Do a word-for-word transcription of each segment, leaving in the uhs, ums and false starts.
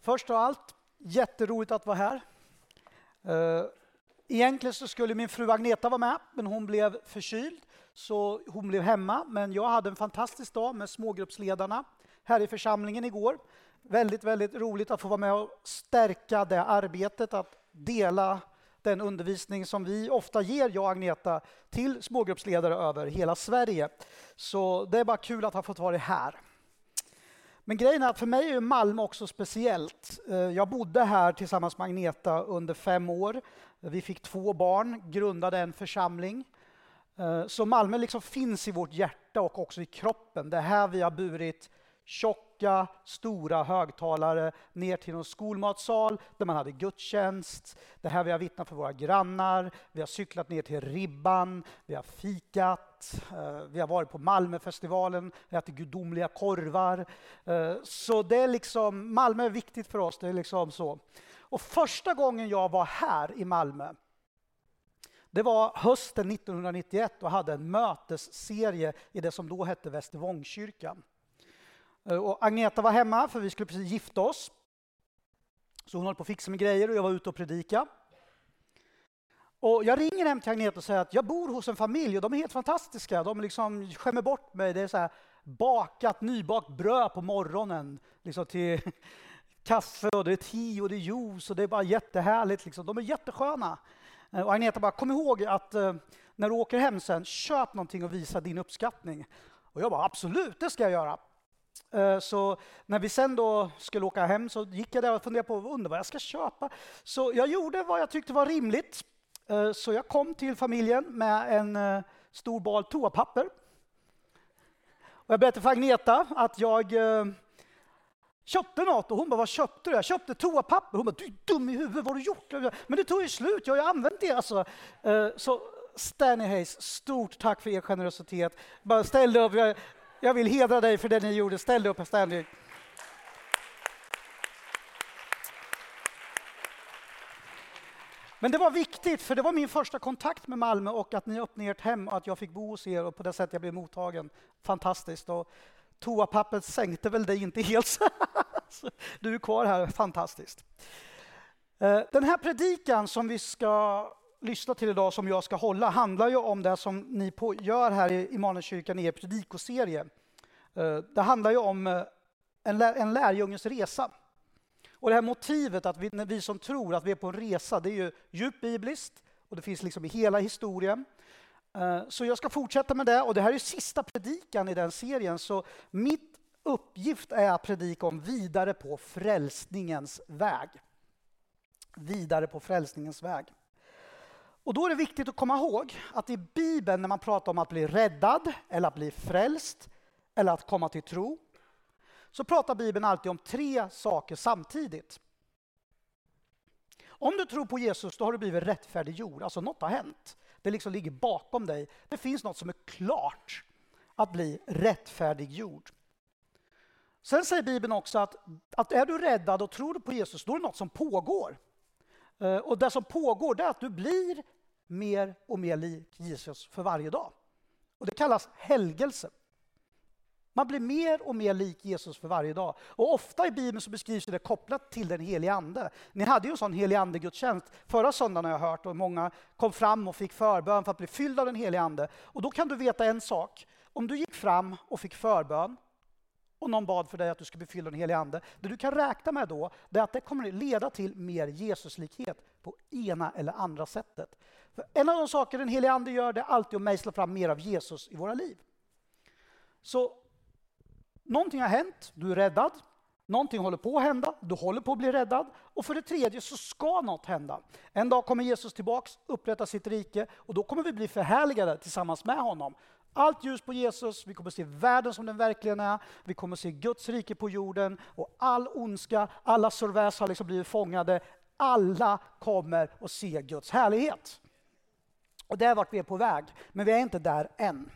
Först av allt, jätteroligt att vara här. Egentligen så skulle min fru Agneta vara med, men hon blev förkyld. Så hon blev hemma, men jag hade en fantastisk dag med smågruppsledarna här i församlingen igår. Väldigt, väldigt roligt att få vara med och stärka det arbetet, att dela den undervisning som vi ofta ger, jag och Agneta, till smågruppsledare över hela Sverige. Så det är bara kul att ha fått vara här. Men grejen är att för mig är Malmö också speciellt. Jag bodde här tillsammans med Agneta under fem år. Vi fick två barn, grundade en församling. Så Malmö liksom finns i vårt hjärta och också i kroppen. Det är här vi har burit tjocka, stora högtalare ner till en skolmatsal där man hade gudstjänst. Det här vi har vittnat för våra grannar. Vi har cyklat ner till Ribban. Vi har fikat. Vi har varit på Malmöfestivalen. Vi har ätit gudomliga korvar. Så det är liksom, Malmö är viktigt för oss. Det är liksom så. Och första gången jag var här i Malmö, det var hösten nittonhundranittioett och hade en mötesserie i det som då hette Västervångskyrkan. Och Agneta var hemma för vi skulle precis gifta oss. Så hon höll på att fixa med grejer och jag var ute och predika. Och jag ringer hem till Agneta och säger att jag bor hos en familj och de är helt fantastiska. De liksom skämmer bort mig. Det är så här bakat, nybakt bröd på morgonen. Liksom till kaffe och det är te och det är juice och det är bara jättehärligt. Liksom. De är jättesköna. Och Agneta bara, kom ihåg att uh, när du åker hem sen, köp någonting och visa din uppskattning. Och jag bara, absolut, det ska jag göra. Uh, så när vi sen då skulle åka hem så gick jag där och funderade på, undrar vad jag ska köpa. Så jag gjorde vad jag tyckte var rimligt. Uh, så jag kom till familjen med en uh, stor bal toapapper. Och jag berättade för Agneta att jag uh, köpte något och hon bara, vad köpte du? Jag köpte toapapper. Hon bara, du är dum i huvudet, vad har du gjort? Men det tog ju slut, jag har ju använt det. Alltså. Uh, så Stanley Hayes, stort tack för er generositet. Bara ställ dig upp, jag, jag vill hedra dig för det ni gjorde. Ställ dig upp, Stanley. Men det var viktigt, för det var min första kontakt med Malmö och att ni öppnade ert hem och att jag fick bo hos er och på det sättet jag blev mottagen. Fantastiskt. Och toapappret sänkte väl dig inte helt. Du är kvar här, fantastiskt. Den här predikan som vi ska lyssna till idag, som jag ska hålla, handlar ju om det som ni på, gör här i Immanuelskyrkan i er predikoserie. Det handlar ju om en, lär, en lärjungens resa. Och det här motivet att vi, när vi som tror att vi är på en resa, det är ju djupt bibliskt och det finns liksom i hela historien. Så jag ska fortsätta med det och det här är sista predikan i den serien, så mitt uppgift är att predika om vidare på frälsningens väg. Vidare på frälsningens väg. Och då är det viktigt att komma ihåg att i Bibeln när man pratar om att bli räddad eller att bli frälst eller att komma till tro, så pratar Bibeln alltid om tre saker samtidigt. Om du tror på Jesus, då har du blivit rättfärdiggjord, alltså något har hänt. Det liksom ligger bakom dig. Det finns något som är klart att bli rättfärdiggjord. Sen säger Bibeln också att, att är du räddad och tror du på Jesus, då är det något som pågår. Uh, och det som pågår det är att du blir mer och mer lik Jesus för varje dag. Och det kallas helgelse. Man blir mer och mer lik Jesus för varje dag. Och ofta i Bibeln så beskrivs det kopplat till den helige ande. Ni hade ju en sån helig ande-gudstjänst förra söndagen har jag hört. Och många kom fram och fick förbön för att bli fyllda av den helige ande. Och då kan du veta en sak. Om du gick fram och fick förbön och någon bad för dig att du ska bli fylld av den helige ande. Det du kan räkna med då är att det kommer leda till mer Jesuslikhet på ena eller andra sättet. För en av de saker den helige ande gör det är alltid att mejsla fram mer av Jesus i våra liv. Så någonting har hänt, du är räddad. Någonting håller på att hända, du håller på att bli räddad. Och för det tredje så ska något hända. En dag kommer Jesus tillbaks, upprätta sitt rike och då kommer vi bli förhärligade tillsammans med honom. Allt ljus på Jesus, vi kommer se världen som den verkligen är. Vi kommer se Guds rike på jorden och all ondska, alla sorväs har liksom blivit fångade. Alla kommer att se Guds härlighet. Och det är vart vi är på väg, men vi är inte där än.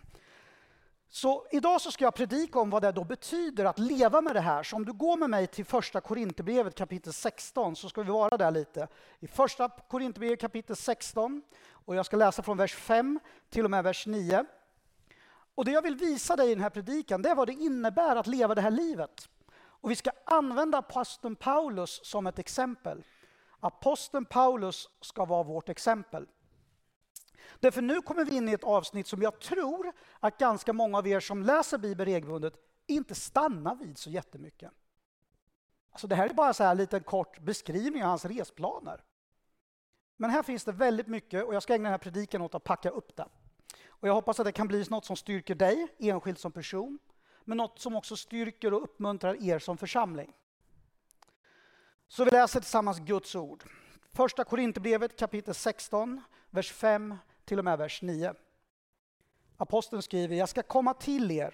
Så idag så ska jag predika om vad det då betyder att leva med det här. Så om du går med mig till första Korinthierbrevet kapitel sexton så ska vi vara där lite. I första Korinthierbrevet kapitel sexton och jag ska läsa från vers fem till och med vers nio. Och det jag vill visa dig i den här predikan det är vad det innebär att leva det här livet. Och vi ska använda aposteln Paulus som ett exempel. Aposteln Paulus ska vara vårt exempel. Därför nu kommer vi in i ett avsnitt som jag tror att ganska många av er som läser Bibeln regelbundet inte stannar vid så jättemycket. Alltså det här är bara så här en liten kort beskrivning av hans resplaner. Men här finns det väldigt mycket och jag ska ägna den här predikan åt att packa upp det. Och jag hoppas att det kan bli något som styrker dig enskilt som person, men något som också styrker och uppmuntrar er som församling. Så vi läser tillsammans Guds ord. Första Korinthierbrevet kapitel sexton, vers fem till och med vers nio. Aposteln skriver: jag ska komma till er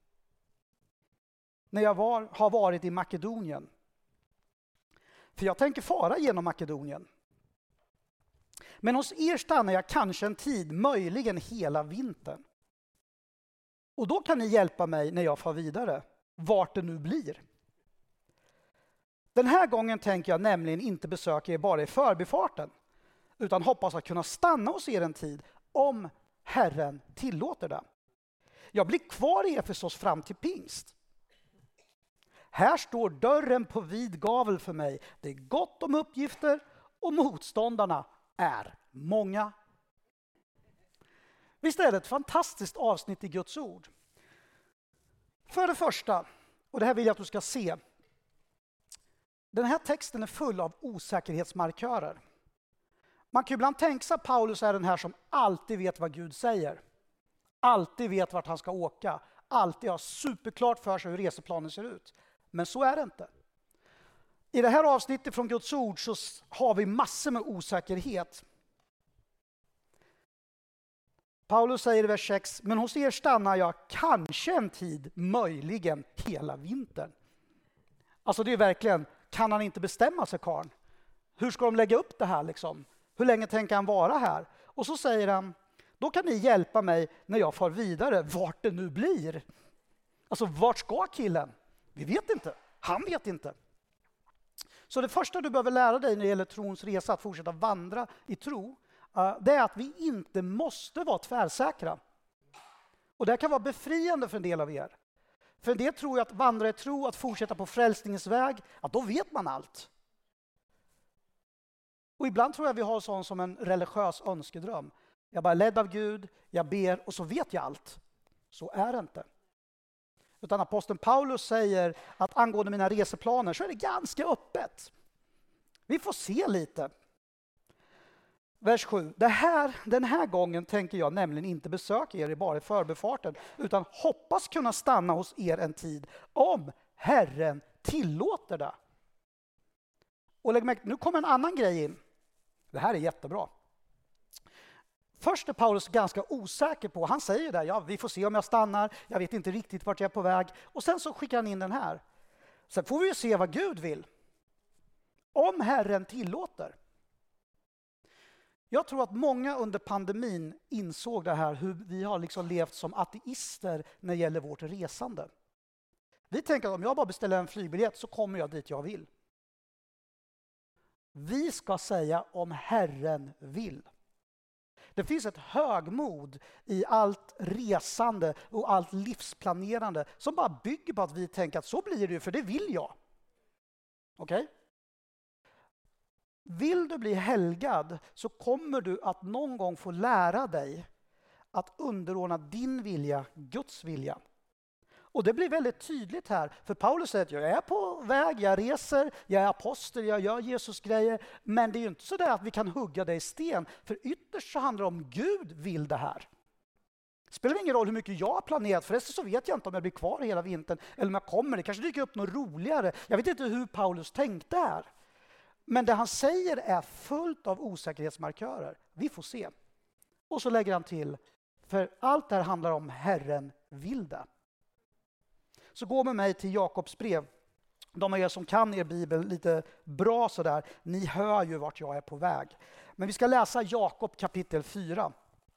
när jag var, har varit i Makedonien. För jag tänker fara genom Makedonien. Men hos er stannar jag kanske en tid, möjligen hela vintern. Och då kan ni hjälpa mig när jag far vidare, vart det nu blir. Den här gången tänker jag nämligen inte besöka er bara i förbifarten, utan hoppas att kunna stanna hos er en tid, om Herren tillåter det. Jag blir kvar i Efesos fram till pingst. Här står dörren på vid gavel för mig. Det är gott om uppgifter och motståndarna är många. Visst är det ett fantastiskt avsnitt i Guds ord. För det första, och det här vill jag att du ska se. Den här texten är full av osäkerhetsmarkörer. Man kan ibland tänka sig att Paulus är den här som alltid vet vad Gud säger. Alltid vet vart han ska åka. Alltid har superklart för sig hur reseplanen ser ut. Men så är det inte. I det här avsnittet från Guds ord så har vi massor med osäkerhet. Paulus säger i vers sex: men hos er stannar jag kanske en tid, möjligen hela vintern. Alltså det är verkligen, kan han inte bestämma sig, karln? Hur ska de lägga upp det här liksom? Hur länge tänker han vara här? Och så säger han: då kan ni hjälpa mig när jag far vidare, vart det nu blir. Alltså vart ska killen? Vi vet inte. Han vet inte. Så det första du behöver lära dig när det gäller trons resa, att fortsätta vandra i tro, det är att vi inte måste vara tvärsäkra. Och det kan vara befriande för en del av er. För en del tror jag att vandra i tro, att fortsätta på frälsningens väg, att då vet man allt. Och ibland tror jag vi har sån som en religiös önskedröm. Jag bara är ledd av Gud, jag ber och så vet jag allt. Så är det inte. Utan aposteln Paulus säger att angående mina reseplaner så är det ganska öppet. Vi får se lite. Vers sju. Det här, den här gången tänker jag nämligen inte besöka er bara i förbifarten, utan hoppas kunna stanna hos er en tid, om Herren tillåter det. Och lägg märke, nu kommer en annan grej in. Det här är jättebra. Först är Paulus ganska osäker på, han säger där, ja vi får se om jag stannar, jag vet inte riktigt vart jag är på väg. Och sen så skickar han in den här. Sen får vi ju se vad Gud vill. Om Herren tillåter. Jag tror att många under pandemin insåg det här, hur vi har liksom levt som ateister när det gäller vårt resande. Vi tänker att om jag bara beställer en flygbiljett så kommer jag dit jag vill. Vi ska säga om Herren vill. Det finns ett högmod i allt resande och allt livsplanerande som bara bygger på att vi tänker att så blir det, för det vill jag. Okej? Okay? Vill du bli helgad så kommer du att någon gång få lära dig att underordna din vilja Guds vilja. Och det blir väldigt tydligt här, för Paulus säger att jag är på väg, jag reser, jag är apostel, jag gör Jesus grejer, men det är ju inte så där att vi kan hugga det i sten, för ytterst så handlar det om Gud vill det här. Det spelar ingen roll hur mycket jag har planerat, förresten så vet jag inte om jag blir kvar hela vintern eller om jag kommer, det kanske dyker upp något roligare. Jag vet inte hur Paulus tänkte här. Men det han säger är fullt av osäkerhetsmarkörer. Vi får se. Och så lägger han till, för allt det här handlar om Herren vill det. Så gå med mig till Jakobs brev. De av er som kan er bibel lite bra sådär, ni hör ju vart jag är på väg. Men vi ska läsa Jakob kapitel fyra.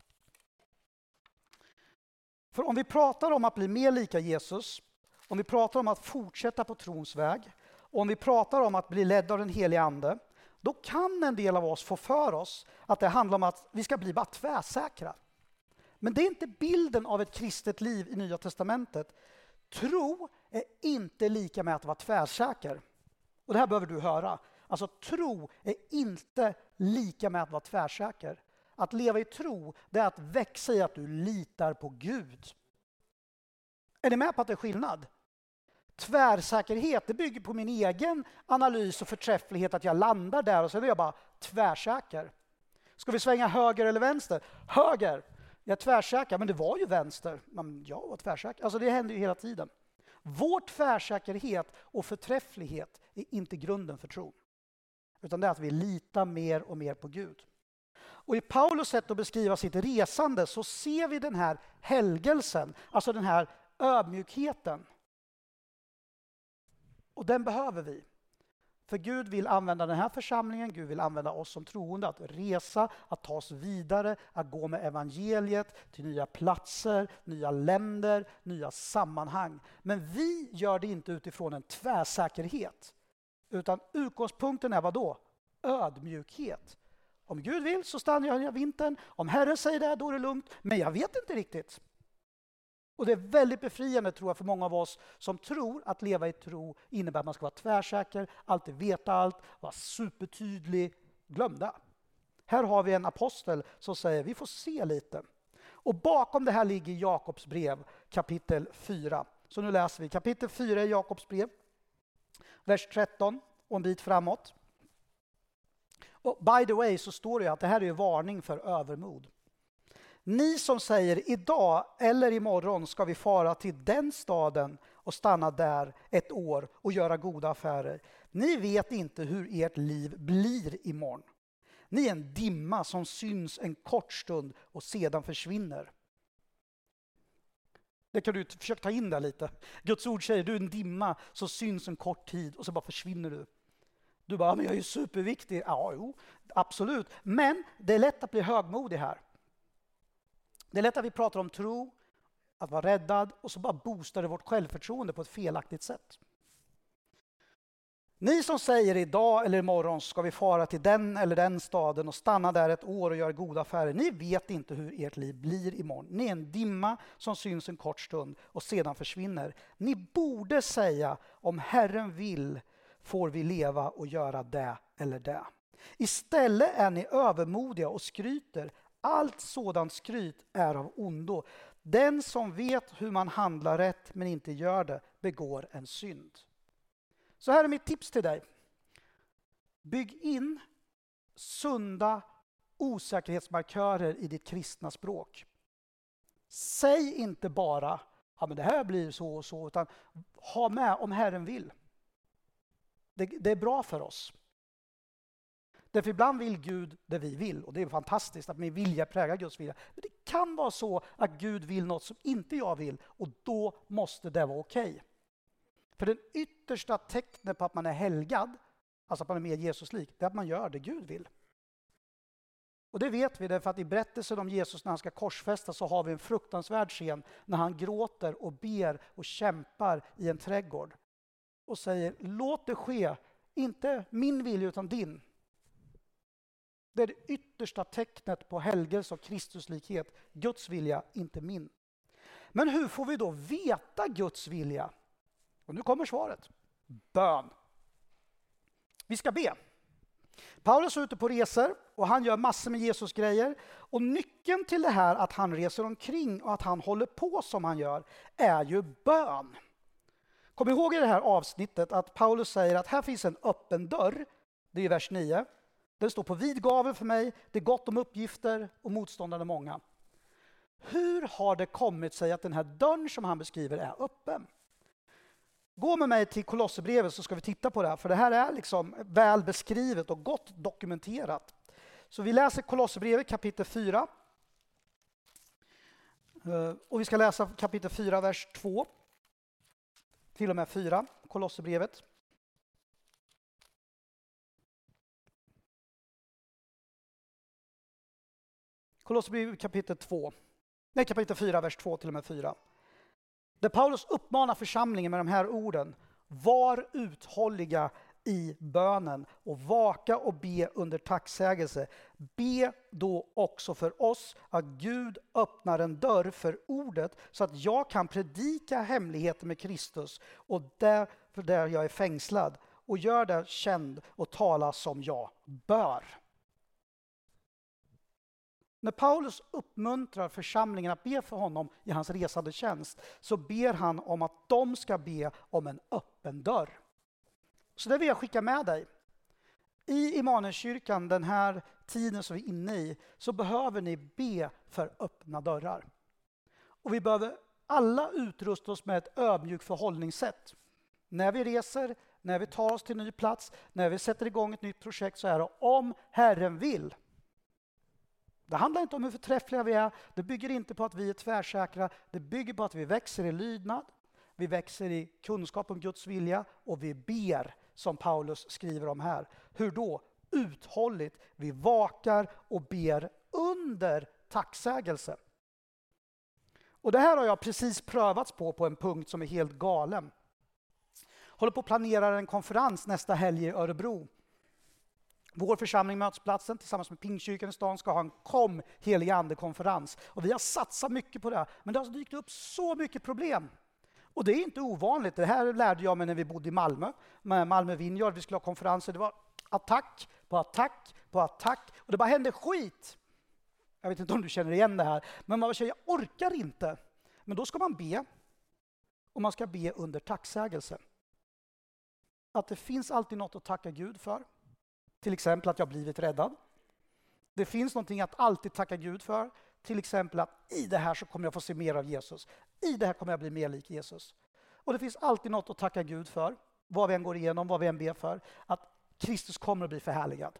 För om vi pratar om att bli mer lika Jesus, om vi pratar om att fortsätta på trons väg, och om vi pratar om att bli ledd av den helige ande, då kan en del av oss få för oss att det handlar om att vi ska bli bara tvärsäkra. Men det är inte bilden av ett kristet liv i Nya testamentet. Tro är inte lika med att vara tvärsäker. Och det här behöver du höra. Alltså tro är inte lika med att vara tvärsäker. Att leva i tro, det är att växa i att du litar på Gud. Är ni med på att det är skillnad? Tvärsäkerhet, det bygger på min egen analys och förträfflighet, att jag landar där och sen är jag bara tvärsäker. Ska vi svänga höger eller vänster? Höger! Jag är tvärsäker, men det var ju vänster. Men jag var tvärsäker. Alltså det händer ju hela tiden. Vår tvärsäkerhet och förträfflighet är inte grunden för tro. Utan det är att vi litar mer och mer på Gud. Och i Paulus sätt att beskriva sitt resande så ser vi den här helgelsen, alltså den här ödmjukheten. Och den behöver vi. För Gud vill använda den här församlingen, Gud vill använda oss som troende att resa, att ta oss vidare, att gå med evangeliet till nya platser, nya länder, nya sammanhang. Men vi gör det inte utifrån en tvärsäkerhet, utan utgångspunkten är vad då? Ödmjukhet. Om Gud vill så stannar jag i vintern, om Herren säger det då är det lugnt, men jag vet inte riktigt. Och det är väldigt befriande tror jag för många av oss som tror att leva i tro innebär att man ska vara tvärsäker, alltid veta allt, vara supertydlig, glömda. Här har vi en apostel som säger vi får se lite. Och bakom det här ligger Jakobs brev kapitel fyra. Så nu läser vi kapitel fyra i Jakobs brev, vers tretton och en bit framåt. Och by the way så står det att det här är varning för övermod. Ni som säger idag eller imorgon ska vi fara till den staden och stanna där ett år och göra goda affärer. Ni vet inte hur ert liv blir imorgon. Ni är en dimma som syns en kort stund och sedan försvinner. Det kan du försöka ta in där lite. Guds ord säger du är en dimma som syns en kort tid och så bara försvinner du. Du bara, men jag är ju superviktig. Ja, jo, absolut. Men det är lätt att bli högmodig här. Det är lätt att vi pratar om tro, att vara räddad och så bara boostar det vårt självförtroende på ett felaktigt sätt. Ni som säger idag eller imorgon ska vi fara till den eller den staden och stanna där ett år och göra goda affärer. Ni vet inte hur ert liv blir imorgon. Ni är en dimma som syns en kort stund och sedan försvinner. Ni borde säga om Herren vill får vi leva och göra det eller det. Istället är ni övermodiga och skryter. Allt sådant skryt är av ondo. Den som vet hur man handlar rätt men inte gör det begår en synd. Så här är mitt tips till dig. Bygg in sunda osäkerhetsmarkörer i ditt kristna språk. Säg inte bara ja, men det här blir så och så, utan ha med om Herren vill. Det, det är bra för oss. Därför ibland vill Gud det vi vill och det är fantastiskt att min vilja präglar Guds vilja. Men det kan vara så att Gud vill något som inte jag vill och då måste det vara okej. Okay. För den yttersta tecknet på att man är helgad, alltså att man är mer Jesuslik, det är att man gör det Gud vill. Och det vet vi därför att i berättelsen om Jesus när han ska korsfästas så har vi en fruktansvärd scen när han gråter och ber och kämpar i en trädgård. Och säger, låt det ske, inte min vilja utan din. Det är det yttersta tecknet på helgelse och Kristuslikhet. Guds vilja, inte min. Men hur får vi då veta Guds vilja? Och nu kommer svaret. Bön. Vi ska be. Paulus är ute på resor och han gör massor med Jesus grejer. Och nyckeln till det här att han reser omkring och att han håller på som han gör är ju bön. Kom ihåg i det här avsnittet att Paulus säger att här finns en öppen dörr. Det är vers nio. Den står på vid gavel för mig. Det är gott om uppgifter och motståndare många. Hur har det kommit sig att den här dörren som han beskriver är öppen? Gå med mig till Kolosserbrevet så ska vi titta på det här. För det här är liksom väl beskrivet och gott dokumenterat. Så vi läser Kolosserbrevet kapitel fyra. Och vi ska läsa kapitel fyra, vers två. Till och med fyra, Kolosserbrevet. Kolosserbrevet kapitel två. Nej, kapitel fyra, vers två till och med fyra. Där Paulus uppmanar församlingen med de här orden. Var uthålliga i bönen och vaka och be under tacksägelse. Be då också för oss att Gud öppnar en dörr för ordet så att jag kan predika hemligheten med Kristus och därför där jag är fängslad och gör det känd och tala som jag bör. När Paulus uppmuntrar församlingen att be för honom i hans resande tjänst så ber han om att de ska be om en öppen dörr. Så det vill jag skicka med dig. I Immanuelskyrkan, den här tiden som vi är inne i, så behöver ni be för öppna dörrar. Och vi behöver alla utrusta oss med ett ödmjukt förhållningssätt. När vi reser, när vi tar oss till en ny plats, när vi sätter igång ett nytt projekt så är det om Herren vill. Det handlar inte om hur förträffliga vi är, det bygger inte på att vi är tvärsäkra, det bygger på att vi växer i lydnad, vi växer i kunskap om Guds vilja och vi ber som Paulus skriver om här. Hur då? Uthålligt, vi vakar och ber under tacksägelse. Och det här har jag precis prövats på på en punkt som är helt galen. Håller på att planera en konferens nästa helg i Örebro. Vår församling Mötesplatsen tillsammans med Pingstkyrkan i stan ska ha en kom helig ande-konferens. Och vi har satsat mycket på det, men det har dykt upp så mycket problem. Och det är inte ovanligt. Det här lärde jag mig när vi bodde i Malmö. Med Malmö Vineyard, vi skulle ha konferenser. Det var attack på attack på attack. Och det bara hände skit. Jag vet inte om du känner igen det här. Men man säger, jag orkar inte. Men då ska man be. Och man ska be under tacksägelse. Att det finns alltid något att tacka Gud för. Till exempel att jag blivit räddad. Det finns någonting att alltid tacka Gud för. Till exempel att i det här så kommer jag få se mer av Jesus. I det här kommer jag bli mer lik Jesus. Och det finns alltid något att tacka Gud för. Vad vi än går igenom, vad vi än ber för. Att Kristus kommer att bli förhärligad.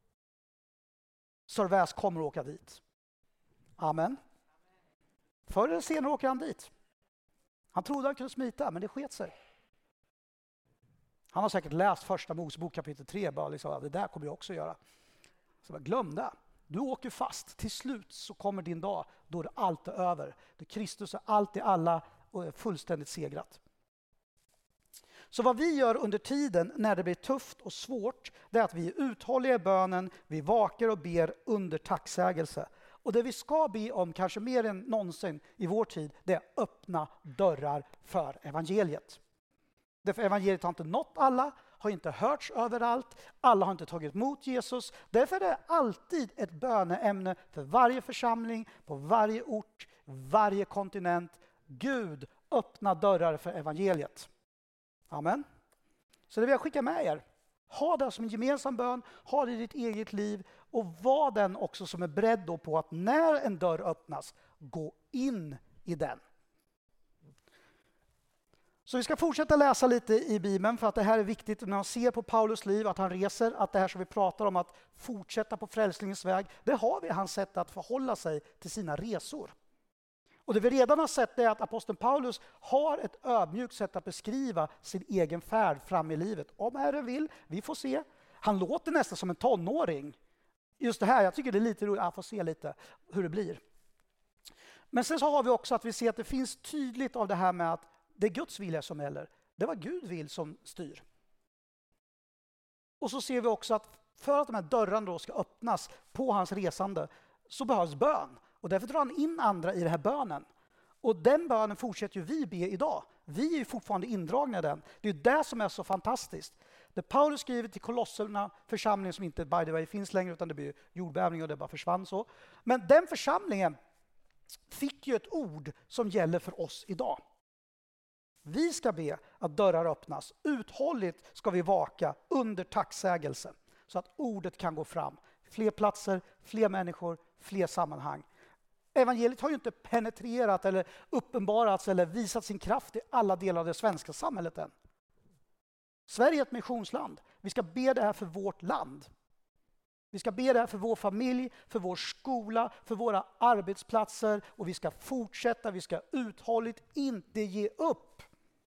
Sörväs kommer att åka dit. Amen. Förr eller senare åker han dit. Han trodde han kunde smita, men det sket sig. Han har säkert läst första Mosebok kapitel tre. Bara liksom, det där kommer jag också göra. Så jag glömde. Du åker fast. Till slut så kommer din dag då det allt är över. Då Kristus är allt i alla och är fullständigt segrat. Så vad vi gör under tiden när det blir tufft och svårt, det är att vi är uthålliga i bönen, vi vakar och ber under tacksägelse. Och det vi ska be om, kanske mer än någonsin i vår tid, det är öppna dörrar för evangeliet. Därför evangeliet har inte nått alla, har inte hörts överallt, alla har inte tagit emot Jesus. Därför är det alltid ett böneämne för varje församling, på varje ort, varje kontinent. Gud, öppna dörrar för evangeliet. Amen. Så det vill jag skicka med er. Ha det som en gemensam bön, ha det i ditt eget liv och var den också som är beredd då på att när en dörr öppnas, gå in i den. Så vi ska fortsätta läsa lite i Bibeln för att det här är viktigt när man ser på Paulus liv, att han reser, att det här som vi pratar om att fortsätta på frälsningens väg, det har vi hans sätt att förhålla sig till sina resor. Och det vi redan har sett är att aposteln Paulus har ett ödmjukt sätt att beskriva sin egen färd fram i livet. Om Herren vill, vi får se. Han låter nästan som en tonåring. Just det här, jag tycker det är lite roligt, jag får se lite hur det blir. Men sen så har vi också att vi ser att det finns tydligt av det här med att det är Guds vilja som gäller. Det var Gud vill som styr. Och så ser vi också att för att de här dörrarna då ska öppnas på hans resande så behövs bön. Och därför drar han in andra i den här bönen. Och den bönen fortsätter ju vi be idag. Vi är ju fortfarande indragna i den. Det är ju det som är så fantastiskt. Det Paulus skriver till Kolosserna, församlingen som inte by the way finns längre utan det blir jordbävning och det bara försvann så. Men den församlingen fick ju ett ord som gäller för oss idag. Vi ska be att dörrar öppnas. Uthålligt ska vi vaka under tacksägelse så att ordet kan gå fram. Fler platser, fler människor, fler sammanhang. Evangeliet har ju inte penetrerat eller uppenbarats eller visat sin kraft i alla delar av det svenska samhället än. Sverige är ett missionsland. Vi ska be det här för vårt land. Vi ska be det här för vår familj, för vår skola, för våra arbetsplatser och vi ska fortsätta, vi ska uthålligt inte ge upp.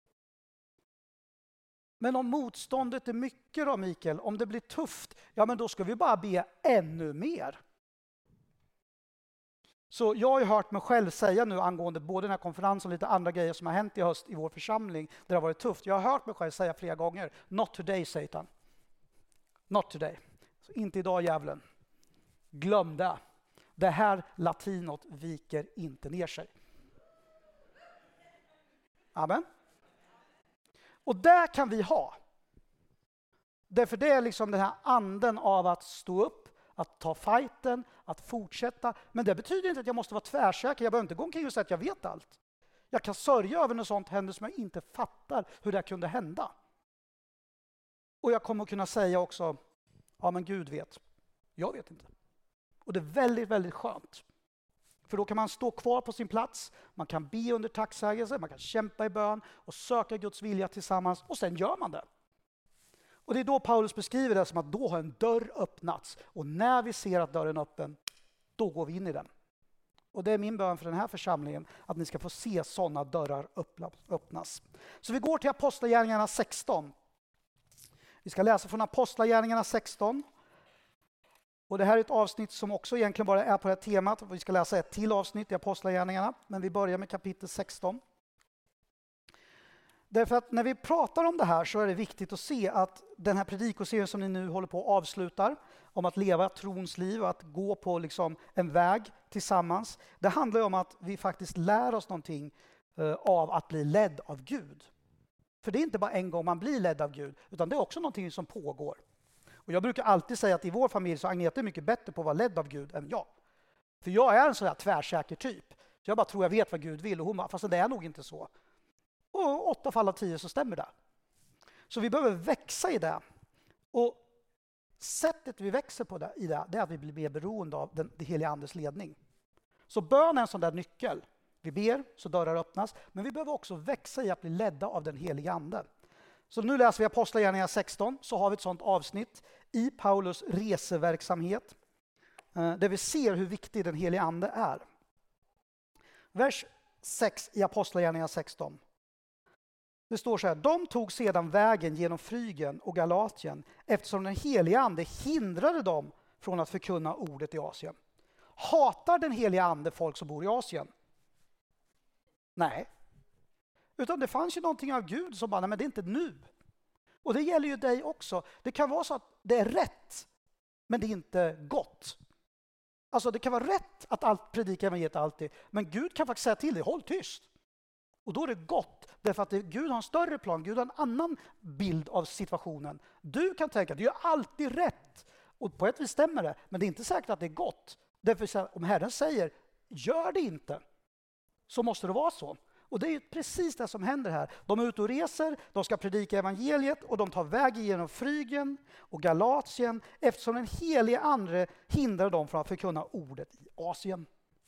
Men om motståndet är mycket då, Mikael, om det blir tufft, ja men då ska vi bara be ännu mer. Så jag har ju hört mig själv säga nu angående både den här konferensen och lite andra grejer som har hänt i höst i vår församling där det har varit tufft. Jag har hört mig själv säga flera gånger, not today Satan. Not today. Så inte idag, djävulen. Glöm det. Det här latinot viker inte ner sig. Amen. Och där kan vi ha. Därför det är liksom den här anden av att stå upp, att ta fighten, att fortsätta. Men det betyder inte att jag måste vara tvärsäker. Jag behöver inte gå omkring och säga att jag vet allt. Jag kan sörja över något sånt händer som jag inte fattar hur det kunde hända. Och jag kommer att kunna säga också, ja men Gud vet. Jag vet inte. Och det är väldigt, väldigt skönt. För då kan man stå kvar på sin plats, man kan be under tacksägelse, man kan kämpa i bön och söka Guds vilja tillsammans och sen gör man det. Och det är då Paulus beskriver det som att då har en dörr öppnats och när vi ser att dörren är öppen, då går vi in i den. Och det är min bön för den här församlingen att ni ska få se sådana dörrar öppnas. Så vi går till Apostlagärningarna sexton. Vi ska läsa från Apostlagärningarna sexton. Och det här är ett avsnitt som också egentligen bara är på det här temat. Vi ska läsa ett till avsnitt i Apostlagärningarna, men vi börjar med kapitel sexton. Därför att när vi pratar om det här så är det viktigt att se att den här predikoserien som ni nu håller på att avslutar, om att leva trons liv och att gå på liksom en väg tillsammans. Det handlar om att vi faktiskt lär oss någonting av att bli ledd av Gud. För det är inte bara en gång man blir ledd av Gud, utan det är också någonting som pågår. Och jag brukar alltid säga att i vår familj så är Agneta mycket bättre på att vara ledd av Gud än jag. För jag är en sån här tvärsäker typ. Så jag bara tror jag vet vad Gud vill och hon bara, fast det är nog inte så. Och åtta fall av tio så stämmer det. Så vi behöver växa i det. Och sättet vi växer på det, i det, det är att vi blir mer beroende av den, det heliga andes ledning. Så bön är en sån där nyckel. Vi ber så dörrar öppnas, men vi behöver också växa i att bli ledda av den heliga ande. Så nu läser vi Apostlagärningarna sexton, så har vi ett sånt avsnitt i Paulus reseverksamhet där vi ser hur viktig den heliga ande är. Vers sex i Apostlagärningarna sexton. Det står så här: de tog sedan vägen genom Frygen och Galatien eftersom den heliga ande hindrade dem från att förkunna ordet i Asien. Hatar den heliga ande folk som bor i Asien? Nej. Utan det fanns ju någonting av Gud som bara, nej men det är inte nu. Och det gäller ju dig också. Det kan vara så att det är rätt, men det är inte gott. Alltså det kan vara rätt att allt predika evangeliet alltid, men Gud kan faktiskt säga till dig, håll tyst. Och då är det gott, därför att det, Gud har en större plan, Gud har en annan bild av situationen. Du kan tänka, det är alltid rätt. Och på ett vis stämmer det, men det är inte säkert att det är gott. Därför att om Herren säger, gör det inte, så måste det vara så. Och det är ju precis det som händer här. De är ute och reser, de ska predika evangeliet och de tar väg genom Frygen och Galatien eftersom den helige ande hindrar dem från att förkunna ordet i Asien.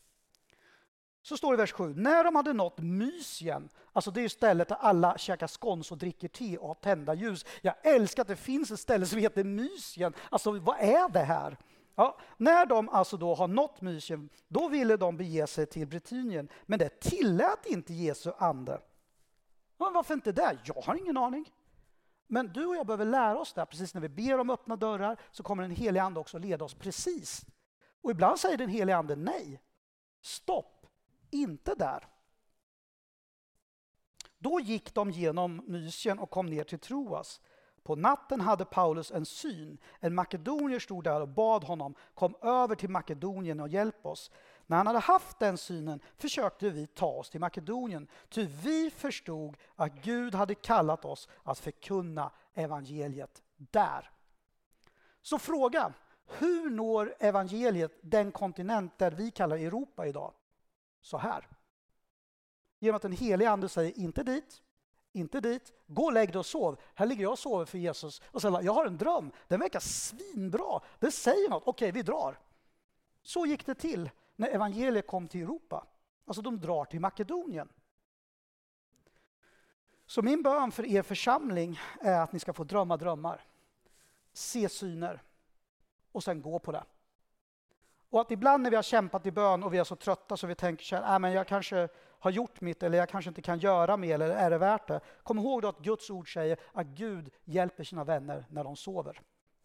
Så står det i vers sju. När de hade nått Mysien, alltså det är ju stället där alla käkar skons och dricker te och har tända ljus. Jag älskar att det finns ett ställe som heter Mysien. Alltså vad är det här? Ja, när de alltså då har nått Mysien, då ville de bege sig till Britannien. Men det tillät inte Jesu ande. Men varför inte det? Jag har ingen aning. Men du och jag behöver lära oss det. Precis när vi ber om öppna dörrar så kommer den heliga ande också leda oss precis. Och ibland säger den heliga ande nej. Stopp, inte där. Då gick de genom Mysien och kom ner till Troas. På natten hade Paulus en syn. En makedonier stod där och bad honom, kom över till Makedonien och hjälp oss. När han hade haft den synen försökte vi ta oss till Makedonien. Ty vi förstod att Gud hade kallat oss att förkunna evangeliet där. Så fråga, hur når evangeliet den kontinent där vi kallar Europa idag? Så här. Genom att den heliga ande säger inte dit. Inte dit, gå och lägg dig och sov. Här ligger jag och sover för Jesus. Och sen, jag har en dröm, den verkar svinbra. Det säger något, okej vi drar. Så gick det till när evangeliet kom till Europa. Alltså de drar till Makedonien. Så min bön för er församling är att ni ska få drömma drömmar. Se syner. Och sen gå på det. Och att ibland när vi har kämpat i bön och vi är så trötta så vi tänker så här, äh, men jag kanske har gjort mitt eller jag kanske inte kan göra mer eller är det värt det? Kom ihåg då att Guds ord säger att Gud hjälper sina vänner när de sover.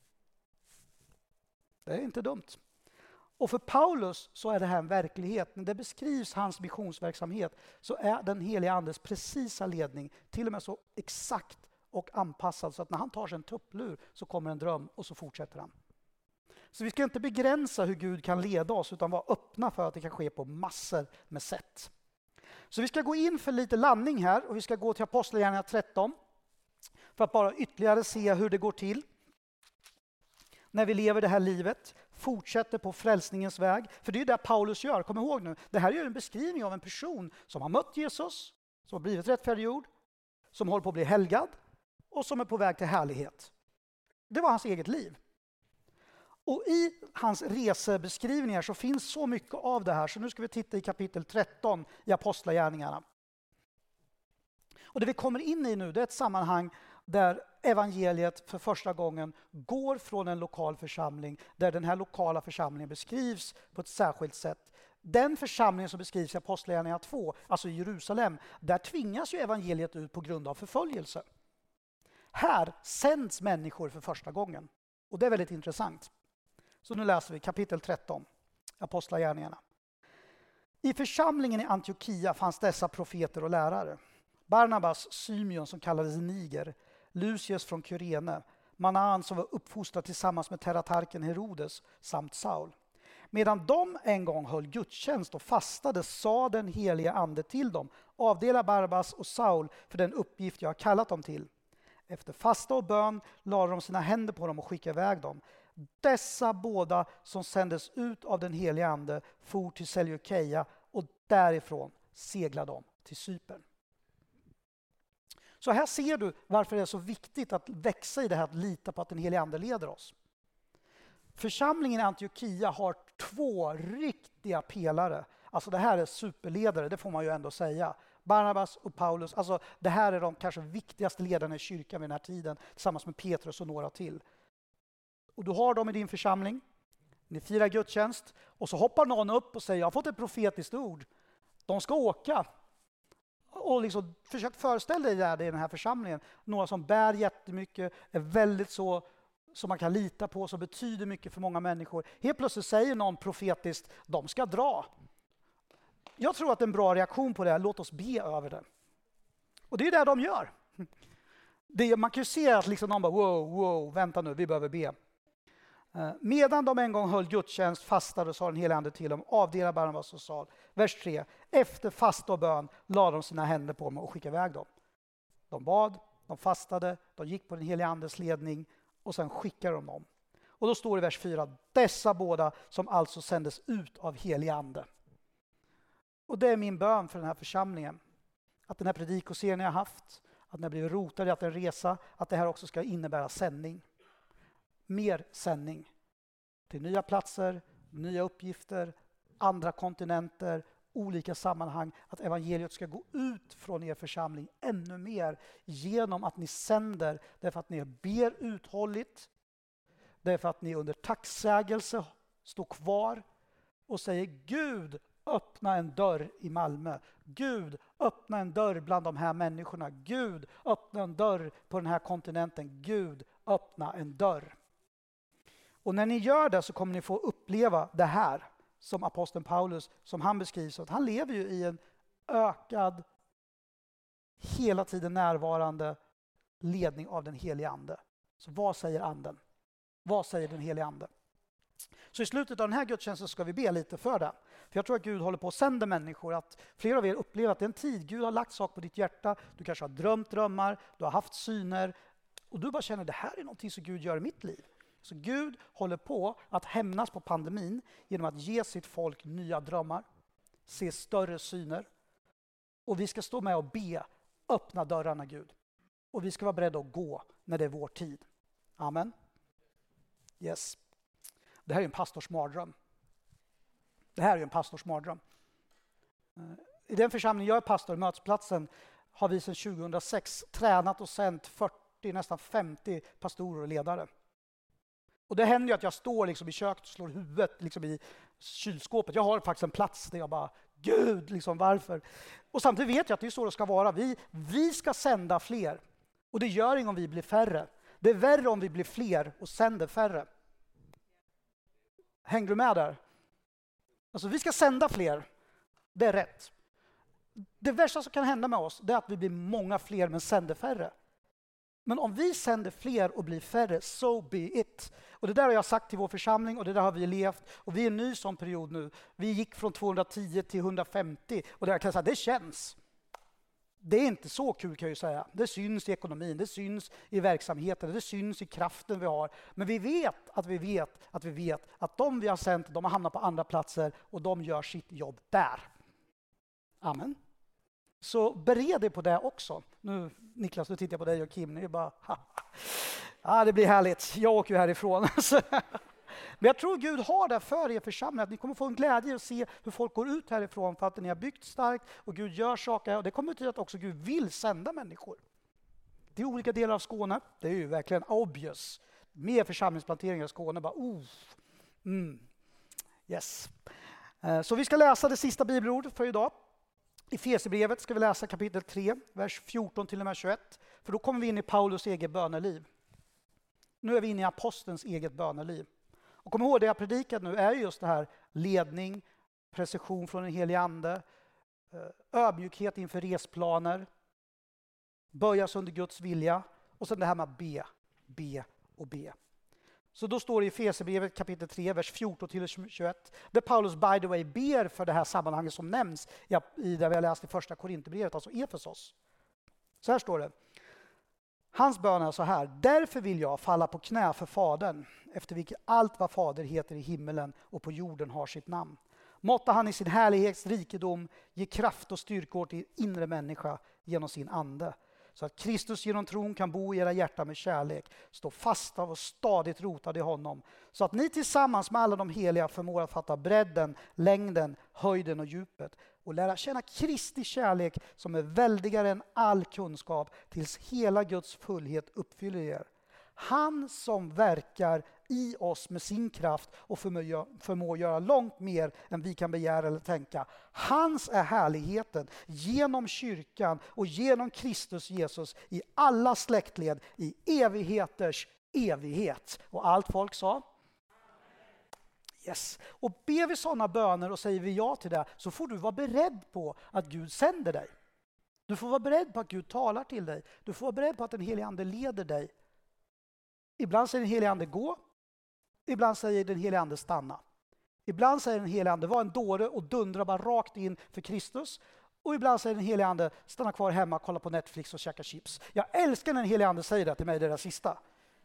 Det är inte dumt. Och för Paulus så är det här en verklighet. När det beskrivs hans missionsverksamhet så är den heliga andes precisa ledning till och med så exakt och anpassad så att när han tar sig en tupplur så kommer en dröm och så fortsätter han. Så vi ska inte begränsa hur Gud kan leda oss utan vara öppna för att det kan ske på massor med sätt. Så vi ska gå in för lite landning här och vi ska gå till Apostlagärningarna tretton för att bara ytterligare se hur det går till när vi lever det här livet, fortsätter på frälsningens väg. För det är det Paulus gör, kom ihåg nu. Det här är en beskrivning av en person som har mött Jesus, som har blivit rättfärdiggjord, som håller på att bli helgad och som är på väg till härlighet. Det var hans eget liv. Och i hans resebeskrivningar så finns så mycket av det här. Så nu ska vi titta i kapitel tretton i Apostlagärningarna. Och det vi kommer in i nu, det är ett sammanhang där evangeliet för första gången går från en lokal församling, där den här lokala församlingen beskrivs på ett särskilt sätt. Den församling som beskrivs i Apostlagärningarna två, alltså i Jerusalem, där tvingas ju evangeliet ut på grund av förföljelse. Här sänds människor för första gången. Och det är väldigt intressant. Så nu läser vi kapitel tretton, Apostlagärningarna. I församlingen i Antiochia fanns dessa profeter och lärare. Barnabas, Symeon som kallades Niger, Lucius från Kyrene, Manaen som var uppfostrad tillsammans med teratarken Herodes samt Saul. Medan de en gång höll gudstjänst och fastade sa den helige ande till dem: avdela Barnabas och Saul för den uppgift jag har kallat dem till. Efter fasta och bön lade de sina händer på dem och skickade iväg dem. Dessa båda som sändes ut av den helige ande for till Seleukeia och därifrån seglade de till Cypern. Så här ser du varför det är så viktigt att växa i det här att lita på att den helige ande leder oss. Församlingen i Antiochia har två riktiga pelare. Alltså det här är superledare, det får man ju ändå säga. Barnabas och Paulus, alltså det här är de kanske viktigaste ledarna i kyrkan vid den här tiden, tillsammans med Petrus och några till. Och du har dem i din församling, ni firar gudstjänst och så hoppar någon upp och säger: jag har fått ett profetiskt ord. De ska åka. Och liksom försök föreställa dig där i den här församlingen. Några som bär jättemycket, är väldigt så som man kan lita på, som betyder mycket för många människor. Helt plötsligt säger någon profetiskt: de ska dra. Jag tror att en bra reaktion på det är: låt oss be över det. Och det är det de gör. Det, man kan ju se att liksom någon bara: wow, wow, vänta nu, vi behöver be. Medan de en gång höll gudstjänst, fastade, sa den helige ande till dem: avdela Barnabas och Saul. Vers tre. Efter fasta och bön lade de sina händer på dem och skickade iväg dem. De bad, de fastade, de gick på den helige andes ledning och sen skickade de dem. Och då står det i vers fyra: dessa båda som alltså sändes ut av helige ande. Och det är min bön för den här församlingen. Att den här predikoserien jag haft, att när jag blir rotad i att en resa, att det här också ska innebära sändning. Mer sändning till nya platser, nya uppgifter, andra kontinenter, olika sammanhang. Att evangeliet ska gå ut från er församling ännu mer genom att ni sänder, därför att ni ber uthålligt, därför att ni under tacksägelse står kvar och säger: Gud, öppna en dörr i Malmö. Gud, öppna en dörr bland de här människorna. Gud, öppna en dörr på den här kontinenten. Gud, öppna en dörr. Och när ni gör det så kommer ni få uppleva det här som aposteln Paulus, som han beskrivs, att han lever ju i en ökad, hela tiden närvarande ledning av den helige ande. Så vad säger anden? Vad säger den helige ande? Så i slutet av den här gudstjänsten ska vi be lite för det. För jag tror att Gud håller på att sända människor, att flera av er upplever att det är en tid, Gud har lagt saker på ditt hjärta, du kanske har drömt drömmar, du har haft syner och du bara känner: det här är någonting som Gud gör i mitt liv. Så Gud håller på att hämnas på pandemin genom att ge sitt folk nya drömmar, se större syner. Och vi ska stå med och be: öppna dörrarna Gud. Och vi ska vara beredda att gå när det är vår tid. Amen. Yes. Det här är en pastors mardröm. Det här är en pastors mardröm. I den församling jag är pastor, Mötesplatsen, har vi sedan tjugohundrasex tränat och sänt fyrtio, nästan femtio pastorer och ledare. Och det händer ju att jag står liksom i köket och slår huvudet liksom i kylskåpet. Jag har faktiskt en plats där jag bara: Gud, liksom, varför? Och samtidigt vet jag att det är så det ska vara. Vi, vi ska sända fler. Och det gör inget om vi blir färre. Det är värre om vi blir fler och sänder färre. Hänger du med där? Alltså vi ska sända fler. Det är rätt. Det värsta som kan hända med oss, det är att vi blir många fler men sänder färre. Men om vi sänder fler och blir färre, so be it. Och det där har jag sagt till vår församling och det där har vi levt. Och vi är en ny sån period nu. Vi gick från tvåhundratio till hundrafemtio och det, jag kan säga, det känns. Det är inte så kul kan jag ju säga. Det syns i ekonomin, det syns i verksamheten, det syns i kraften vi har. Men vi vet att vi vet att vi vet att de vi har sänt, de har hamnat på andra platser och de gör sitt jobb där. Amen. Så bered dig på det också. Nu Niklas, nu tittar jag på dig och Kim, ni är bara ja, det blir härligt. Jag åker ju härifrån. Men jag tror Gud har det för er församling, att ni kommer få en glädje att se hur folk går ut härifrån för att ni har byggt starkt och Gud gör saker. Och det kommer betyda att också Gud vill sända människor. Det är olika delar av Skåne. Det är ju verkligen obvious. Mer församlingsplanteringar i Skåne. Bara, oh. mm. Yes. Så vi ska läsa det sista bibelordet för idag. I Efesierbrevet ska vi läsa kapitel tre, vers fjorton till och med tjugoett. För då kommer vi in i Paulus eget böneliv. Nu är vi inne i apostelns eget böneliv. Och kom ihåg, det jag predikat nu är just det här ledning, precision från den helige ande, ödmjukhet inför resplaner, böjas under Guds vilja och sen det här med att be, be och be. Så då står det i Efesierbrevet kapitel tre, vers fjorton till tjugoett, där Paulus by the way ber för det här sammanhanget som nämns i det vi har läst i första Korinthierbrevet, alltså Efesos. Så här står det. Hans bön är så här: därför vill jag falla på knä för Fadern, efter vilket allt vad Fader heter i himmelen och på jorden har sitt namn. Måtte han i sin härlighets rikedom ge kraft och styrka åt er inre människa genom sin ande, så att Kristus genom tron kan bo i era hjärtan med kärlek, stå fasta och stadigt rotade i honom, så att ni tillsammans med alla de heliga förmår att fatta bredden, längden, höjden och djupet och lära känna Kristi kärlek som är väldigare än all kunskap, tills hela Guds fullhet uppfyller er. Han som verkar i oss med sin kraft och förmår, förmår göra långt mer än vi kan begära eller tänka. Hans är härligheten genom kyrkan och genom Kristus Jesus i alla släktled i evigheters evighet. Och allt folk sa? Yes. Och ber vi sådana böner och säger vi ja till det, så får du vara beredd på att Gud sänder dig. Du får vara beredd på att Gud talar till dig. Du får vara beredd på att den helige ande leder dig. Ibland säger den helige ande gå. Ibland säger den helige ande stanna. Ibland säger den helige ande var en dåre och dundra bara rakt in för Kristus. Och ibland säger den helige ande stanna kvar hemma, kolla på Netflix och käka chips. Jag älskar när den helige ande säger det till mig, det där sista.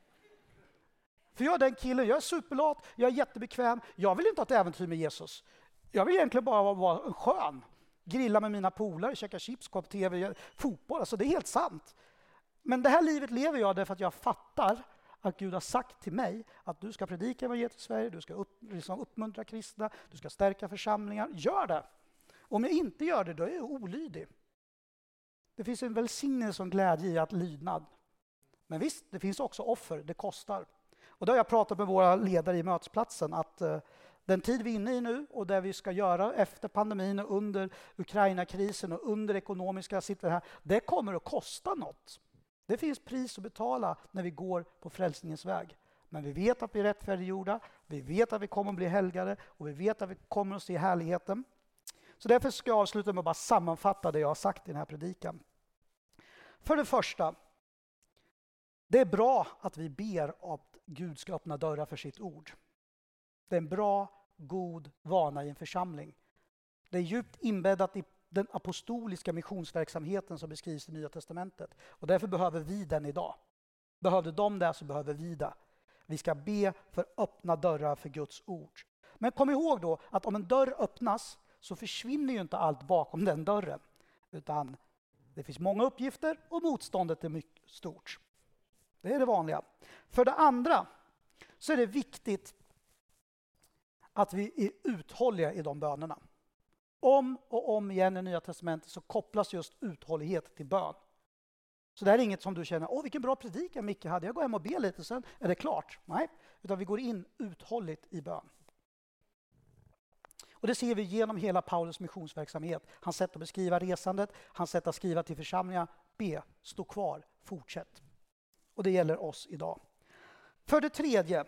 För jag är den killen, jag är superlat, jag är jättebekväm. Jag vill inte ha ett äventyr med Jesus. Jag vill egentligen bara vara skön. Grilla med mina polare, käka chips, kolla på tv, fotboll. Alltså det är helt sant. Men det här livet lever jag därför att jag fattar att Gud har sagt till mig att du ska predika evangeliet i Sverige, du ska upp, liksom uppmuntra kristna, du ska stärka församlingar. Gör det! Om jag inte gör det, då är jag olydig. Det finns en välsignelse och glädje i att lydnad. Men visst, det finns också offer, det kostar. Och då har jag pratat med våra ledare i mötesplatsen att uh, den tid vi är inne i nu och det vi ska göra efter pandemin och under Ukraina-krisen och under ekonomiska situationer, det kommer att kosta något. Det finns pris att betala när vi går på frälsningens väg. Men vi vet att vi är rättfärdiggjorda, vi vet att vi kommer att bli helgade och vi vet att vi kommer att se härligheten. Så därför ska jag avsluta med att bara sammanfatta det jag har sagt i den här predikan. För det första, det är bra att vi ber att Gud ska öppna dörrar för sitt ord. Det är en bra, god vana i en församling. Det är djupt inbäddat i den apostoliska missionsverksamheten som beskrivs i Nya testamentet. Och därför behöver vi den idag. Behövde de det så behöver vi det. Vi ska be för öppna dörrar för Guds ord. Men kom ihåg då att om en dörr öppnas så försvinner ju inte allt bakom den dörren. Utan det finns många uppgifter och motståndet är mycket stort. Det är det vanliga. För det andra så är det viktigt att vi är uthålliga i de bönerna. Om och om igen i Nya testamentet så kopplas just uthållighet till bön. Så det här är inget som du känner, åh vilken bra predikan Micke hade, jag går hem och ber lite sen är det klart. Nej, utan vi går in uthålligt i bön. Och det ser vi genom hela Paulus missionsverksamhet. Hans sätt att beskriva resandet, hans sätt att skriva till församlingar, be, stå kvar, fortsätt. Och det gäller oss idag. För det tredje,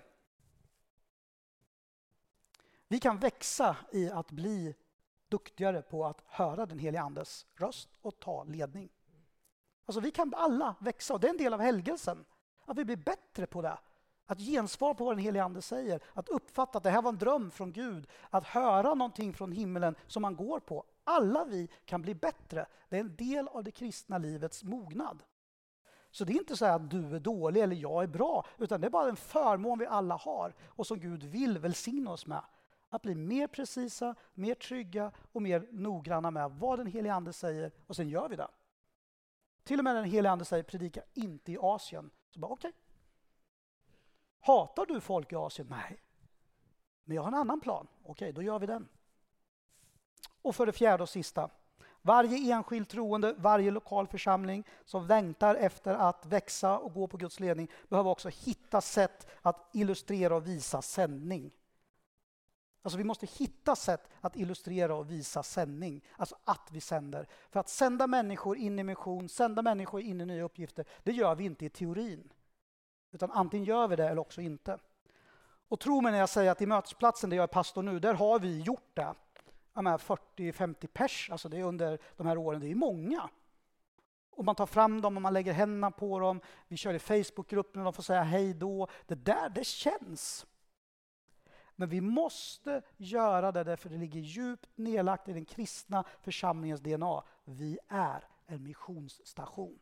vi kan växa i att bli duktigare på att höra den helige andes röst och ta ledning. Alltså vi kan alla växa och det är en del av helgelsen. Att vi blir bättre på det. Att gensvara på vad den helige ande säger. Att uppfatta att det här var en dröm från Gud. Att höra någonting från himlen som man går på. Alla vi kan bli bättre. Det är en del av det kristna livets mognad. Så det är inte så att du är dålig eller jag är bra. Utan det är bara en förmån vi alla har. Och som Gud vill välsigna oss med. Att bli mer precisa, mer trygga och mer noggranna med vad den helige ande säger. Och sen gör vi det. Till och med den helige ande säger predika inte i Asien. Så bara okej. Okay. Hatar du folk i Asien? Nej. Men jag har en annan plan. Okej, okay, då gör vi den. Och för det fjärde och sista. Varje enskild troende, varje lokal församling som väntar efter att växa och gå på Guds ledning behöver också hitta sätt att illustrera och visa sändning. Alltså vi måste hitta sätt att illustrera och visa sändning. Alltså att vi sänder. För att sända människor in i mission, sända människor in i nya uppgifter, det gör vi inte i teorin. Utan antingen gör vi det eller också inte. Och tro mig när jag säger att i mötesplatsen där jag är pastor nu, där har vi gjort det. fyrtio femtio pers, alltså det är under de här åren, det är många. Och man tar fram dem och man lägger händerna på dem. Vi kör i Facebookgruppen och de får säga hej då. Det där, det känns. Men vi måste göra det därför det ligger djupt nedlagt i den kristna församlingens D N A. Vi är en missionsstation.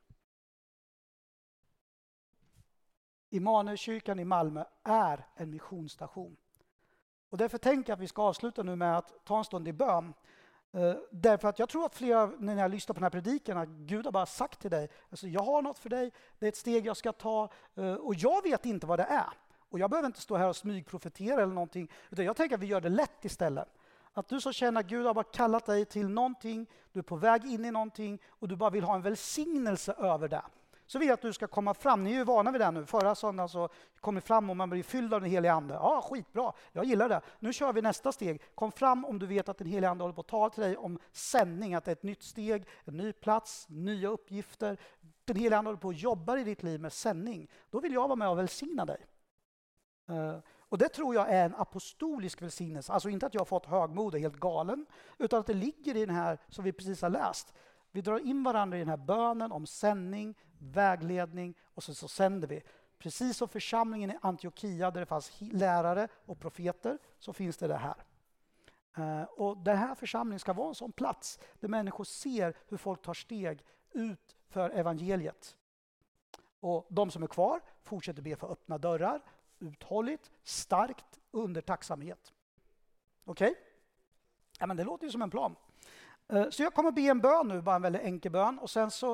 Immanuelskyrkan i Malmö är en missionsstation. Och därför tänker jag att vi ska avsluta nu med att ta en stund i bön. Uh, därför att jag tror att flera, när jag lyssnar på den här predikan, att Gud har bara sagt till dig, alltså jag har något för dig, det är ett steg jag ska ta uh, och jag vet inte vad det är. Och jag behöver inte stå här och smygprofetera eller någonting, utan jag tänker att vi gör det lätt istället. Att du så känner att Gud har bara kallat dig till någonting, du är på väg in i någonting och du bara vill ha en välsignelse över det. Så vill jag att du ska komma fram, ni är ju vana vid det nu. Förra söndagen så kom vi fram och man blir fylld av den helige ande. Ja, skitbra, jag gillar det. Nu kör vi nästa steg. Kom fram om du vet att den helige ande håller på att tala till dig om sändning, att det är ett nytt steg, en ny plats, nya uppgifter. Den helige ande håller på att jobba i ditt liv med sändning. Då vill jag vara med och välsigna dig. Uh, och det tror jag är en apostolisk välsignelse. Alltså inte att jag har fått högmod och helt galen, utan att det ligger i den här som vi precis har läst. Vi drar in varandra i den här bönen om sändning, vägledning och så, så sänder vi. Precis som församlingen i Antiochia där det fanns lärare och profeter så finns det det här. Uh, och den här församlingen ska vara en sån plats där människor ser hur folk tar steg ut för evangeliet. Och de som är kvar fortsätter be för öppna dörrar, uthålligt, starkt, under tacksamhet. Okej? Okay? Ja, men det låter ju som en plan. Så jag kommer be en bön nu, bara en väldigt enkel bön. Och sen så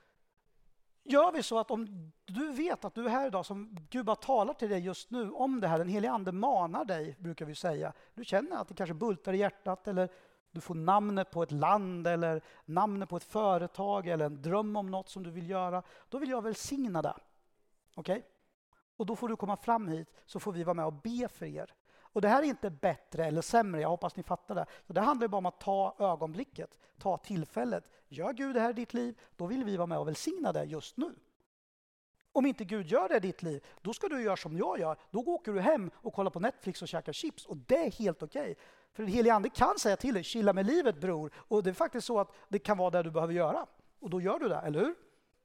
gör vi så att om du vet att du är här idag som Gud bara talar till dig just nu om det här, den helige ande manar dig, brukar vi säga. Du känner att det kanske bultar i hjärtat eller du får namnet på ett land eller namnet på ett företag eller en dröm om något som du vill göra. Då vill jag välsigna det. Okej? Okay? Och då får du komma fram hit så får vi vara med och be för er. Och det här är inte bättre eller sämre, jag hoppas ni fattar det. Så det handlar bara om att ta ögonblicket, ta tillfället. Gör Gud det här i ditt liv, då vill vi vara med och välsigna det just nu. Om inte Gud gör det i ditt liv, då ska du göra som jag gör. Då åker du hem och kollar på Netflix och käkar chips. Och det är helt okej. Okay. För den helige ande kan säga till dig, chilla med livet bror. Och det är faktiskt så att det kan vara det du behöver göra. Och då gör du det, eller hur?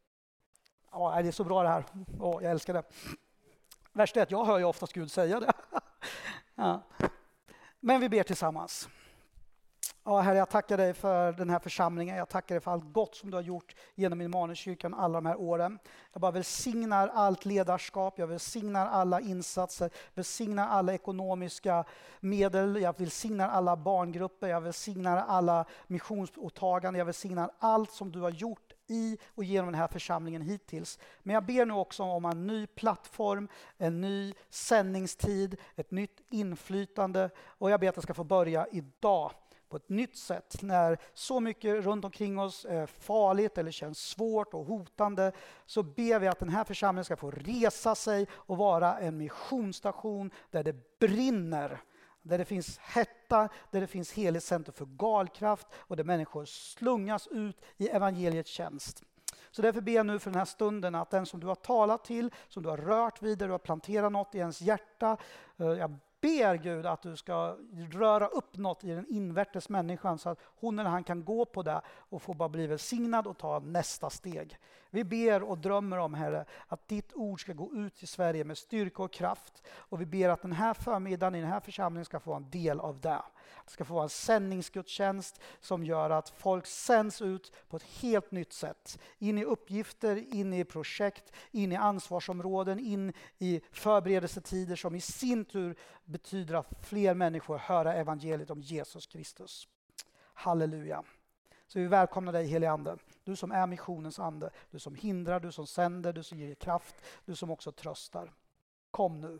Ja, det är så bra det här. Ja, jag älskar det. Värst är att jag hör ju oftast Gud säga det. Ja. Men vi ber tillsammans. Ja, Herre, jag tackar dig för den här församlingen. Jag tackar dig för allt gott som du har gjort genom Immanuelskyrkan alla de här åren. Jag bara välsignar allt ledarskap, jag välsignar alla insatser, välsignar alla ekonomiska medel, jag välsignar alla barngrupper, jag välsignar alla missionsåtaganden, jag välsignar allt som du har gjort i och genom den här församlingen hittills. Men jag ber nu också om en ny plattform, en ny sändningstid, ett nytt inflytande och jag ber att det ska få börja idag på ett nytt sätt. När så mycket runt omkring oss är farligt eller känns svårt och hotande så ber vi att den här församlingen ska få resa sig och vara en missionsstation där det brinner. Där det finns hetta, där det finns heligt center för galkraft och där människor slungas ut i evangeliets tjänst. Så därför ber jag nu för den här stunden att den som du har talat till, som du har rört vidare, du har planterat något i ens hjärta. Jag ber Gud att du ska röra upp något i den invärtes människan så att hon eller han kan gå på det och få bara bli välsignad och ta nästa steg. Vi ber och drömmer om, Herre, att ditt ord ska gå ut till Sverige med styrka och kraft. Och vi ber att den här förmiddagen i den här församlingen ska få vara en del av det. Det ska få vara en sändningsgudstjänst som gör att folk sänds ut på ett helt nytt sätt. In i uppgifter, in i projekt, in i ansvarsområden, in i förberedelsetider som i sin tur betyder att fler människor hör evangeliet om Jesus Kristus. Halleluja. Så vi välkomnar dig, helige Ande. Du som är missionens ande. Du som hindrar, du som sänder, du som ger kraft. Du som också tröstar. Kom nu.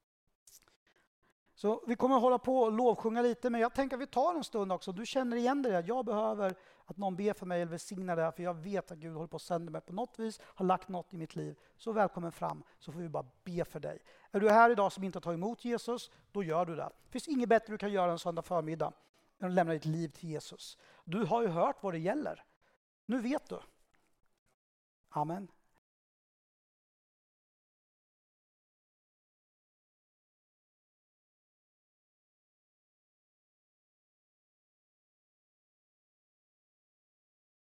Så vi kommer att hålla på och lovsjunga lite, men jag tänker att vi tar en stund också. Du känner igen det. Jag behöver att någon ber för mig eller välsignar det här, för jag vet att Gud håller på att sända mig på något vis, har lagt något i mitt liv. Så välkommen fram, så får vi bara be för dig. Är du här idag som inte tar emot Jesus, då gör du det. Det finns inget bättre du kan göra en söndag förmiddag än att lämna ditt liv till Jesus. Du har ju hört vad det gäller. Nu vet du. Amen.